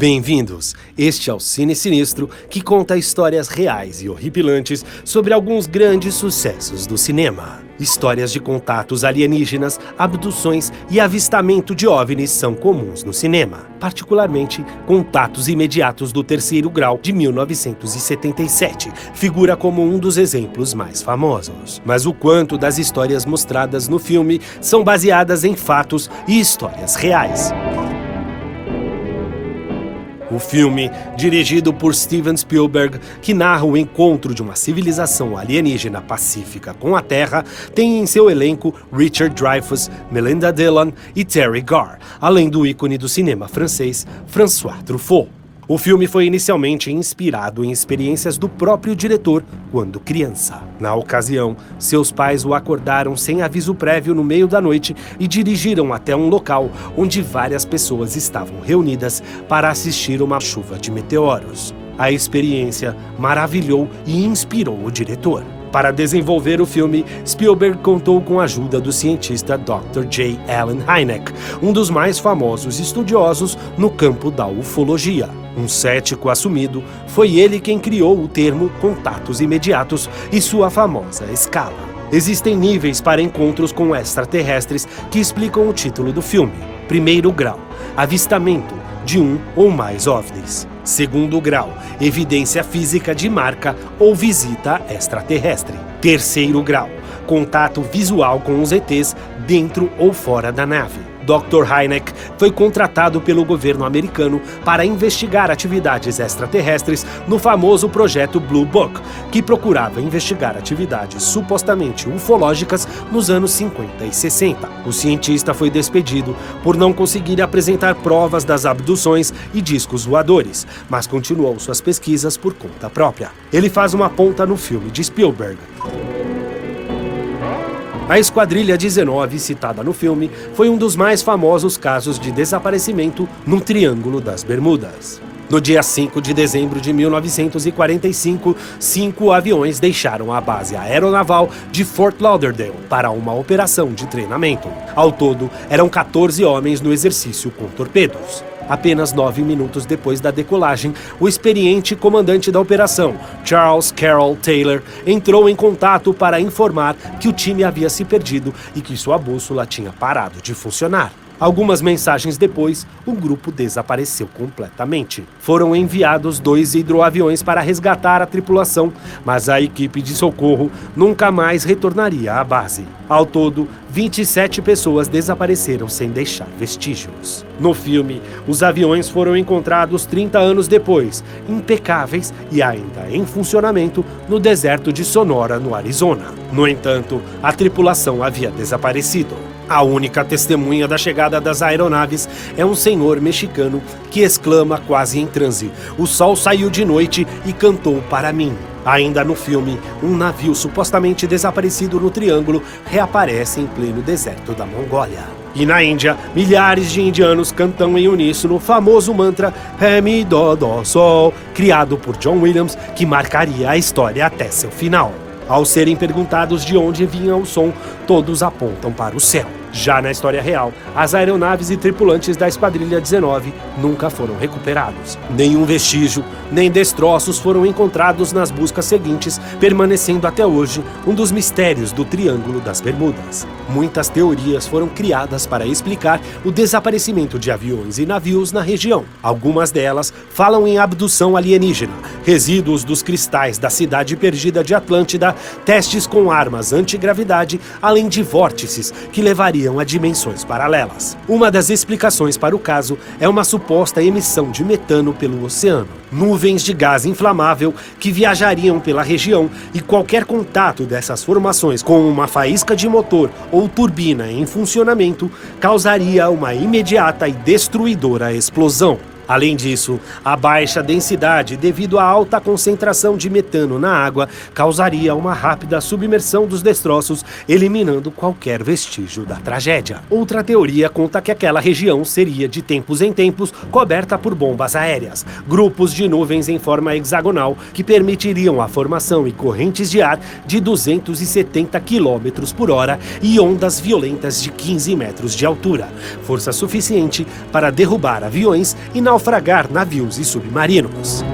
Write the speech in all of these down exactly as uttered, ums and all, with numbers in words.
Bem-vindos! Este é o Cine Sinistro, que conta histórias reais e horripilantes sobre alguns grandes sucessos do cinema. Histórias de contatos alienígenas, abduções e avistamento de OVNIs são comuns no cinema. Particularmente, Contatos Imediatos do Terceiro Grau, de mil novecentos e setenta e sete, figura como um dos exemplos mais famosos. Mas o quanto das histórias mostradas no filme são baseadas em fatos e histórias reais. O filme, dirigido por Steven Spielberg, que narra o encontro de uma civilização alienígena pacífica com a Terra, tem em seu elenco Richard Dreyfuss, Melinda Dillon e Terry Garr, além do ícone do cinema francês François Truffaut. O filme foi inicialmente inspirado em experiências do próprio diretor quando criança. Na ocasião, seus pais o acordaram sem aviso prévio no meio da noite e dirigiram até um local onde várias pessoas estavam reunidas para assistir uma chuva de meteoros. A experiência maravilhou e inspirou o diretor. Para desenvolver o filme, Spielberg contou com a ajuda do cientista doutor J. Allen Hynek, um dos mais famosos estudiosos no campo da ufologia. Um cético assumido, foi ele quem criou o termo contatos imediatos e sua famosa escala. Existem níveis para encontros com extraterrestres que explicam o título do filme. Primeiro grau, avistamento de um ou mais OVNIs. Segundo grau, evidência física de marca ou visita extraterrestre. Terceiro grau, contato visual com os E Tês dentro ou fora da nave. doutor Hynek foi contratado pelo governo americano para investigar atividades extraterrestres no famoso projeto Blue Book, que procurava investigar atividades supostamente ufológicas nos anos cinquenta e sessenta. O cientista foi despedido por não conseguir apresentar provas das abduções e discos voadores, mas continuou suas pesquisas por conta própria. Ele faz uma ponta no filme de Spielberg. A Esquadrilha dezenove, citada no filme, foi um dos mais famosos casos de desaparecimento no Triângulo das Bermudas. No dia cinco de dezembro de mil novecentos e quarenta e cinco, cinco aviões deixaram a base aeronaval de Fort Lauderdale para uma operação de treinamento. Ao todo, eram quatorze homens no exercício com torpedos. Apenas nove minutos depois da decolagem, o experiente comandante da operação, Charles Carroll Taylor, entrou em contato para informar que o time havia se perdido e que sua bússola tinha parado de funcionar. Algumas mensagens depois, o grupo desapareceu completamente. Foram enviados dois hidroaviões para resgatar a tripulação, mas a equipe de socorro nunca mais retornaria à base. Ao todo, vinte e sete pessoas desapareceram sem deixar vestígios. No filme, os aviões foram encontrados trinta anos depois, impecáveis e ainda em funcionamento no deserto de Sonora, no Arizona. No entanto, a tripulação havia desaparecido. A única testemunha da chegada das aeronaves é um senhor mexicano que exclama quase em transe: "O sol saiu de noite e cantou para mim." Ainda no filme, um navio supostamente desaparecido no Triângulo reaparece em pleno deserto da Mongólia. E na Índia, milhares de indianos cantam em uníssono o famoso mantra Ré, Mi, Dó, Dó, Sol, criado por John Williams, que marcaria a história até seu final. Ao serem perguntados de onde vinha o som, todos apontam para o céu. Já na história real, as aeronaves e tripulantes da Esquadrilha dezenove nunca foram recuperados. Nenhum vestígio, nem destroços foram encontrados nas buscas seguintes, permanecendo até hoje um dos mistérios do Triângulo das Bermudas. Muitas teorias foram criadas para explicar o desaparecimento de aviões e navios na região. Algumas delas falam em abdução alienígena, resíduos dos cristais da cidade perdida de Atlântida, testes com armas antigravidade, além de vórtices que levariam a dimensões paralelas. Uma das explicações para o caso é uma suposta emissão de metano pelo oceano. Nuvens de gás inflamável que viajariam pela região e qualquer contato dessas formações com uma faísca de motor ou turbina em funcionamento causaria uma imediata e destruidora explosão. Além disso, a baixa densidade devido à alta concentração de metano na água causaria uma rápida submersão dos destroços, eliminando qualquer vestígio da tragédia. Outra teoria conta que aquela região seria de tempos em tempos coberta por bombas aéreas, grupos de nuvens em forma hexagonal que permitiriam a formação e correntes de ar de duzentos e setenta quilômetros por hora e ondas violentas de quinze metros de altura, força suficiente para derrubar aviões e naufragar naufragar navios e submarinos.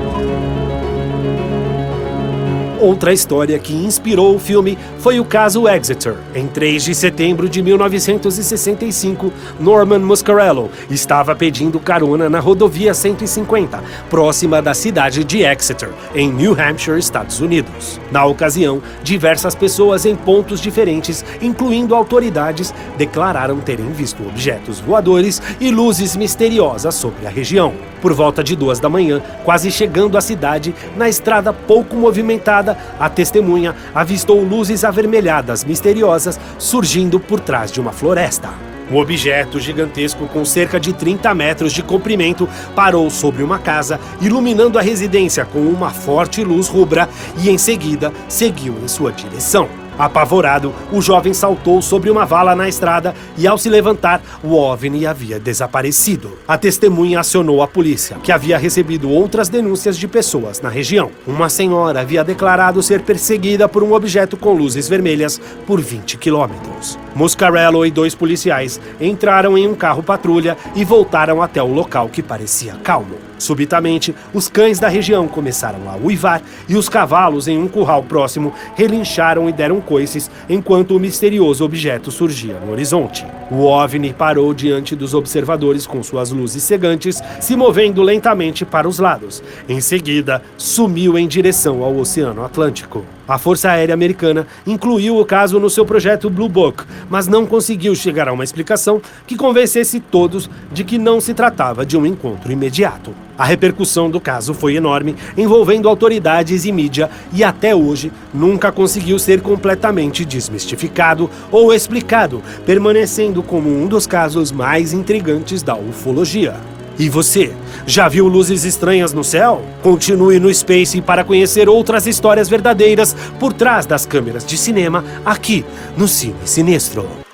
Outra história que inspirou o filme foi o caso Exeter. Em três de setembro de mil novecentos e sessenta e cinco, Norman Muscarello estava pedindo carona na rodovia cento e cinquenta, próxima da cidade de Exeter, em New Hampshire, Estados Unidos. Na ocasião, diversas pessoas em pontos diferentes, incluindo autoridades, declararam terem visto objetos voadores e luzes misteriosas sobre a região. Por volta de duas da manhã, quase chegando à cidade, na estrada pouco movimentada, a testemunha avistou luzes avermelhadas misteriosas surgindo por trás de uma floresta. Um objeto gigantesco com cerca de trinta metros de comprimento parou sobre uma casa, iluminando a residência com uma forte luz rubra e, em seguida, seguiu em sua direção. Apavorado, o jovem saltou sobre uma vala na estrada e, ao se levantar, o OVNI havia desaparecido. A testemunha acionou a polícia, que havia recebido outras denúncias de pessoas na região. Uma senhora havia declarado ser perseguida por um objeto com luzes vermelhas por vinte quilômetros. Muscarello e dois policiais entraram em um carro patrulha e voltaram até o local, que parecia calmo. Subitamente, os cães da região começaram a uivar e os cavalos em um curral próximo relincharam e deram coices enquanto o misterioso objeto surgia no horizonte. O OVNI parou diante dos observadores com suas luzes cegantes, se movendo lentamente para os lados. Em seguida, sumiu em direção ao Oceano Atlântico. A Força Aérea Americana incluiu o caso no seu projeto Blue Book, mas não conseguiu chegar a uma explicação que convencesse todos de que não se tratava de um encontro imediato. A repercussão do caso foi enorme, envolvendo autoridades e mídia, e até hoje nunca conseguiu ser completamente desmistificado ou explicado, permanecendo como um dos casos mais intrigantes da ufologia. E você, já viu luzes estranhas no céu? Continue no Space para conhecer outras histórias verdadeiras por trás das câmeras de cinema, aqui no Cine Sinistro.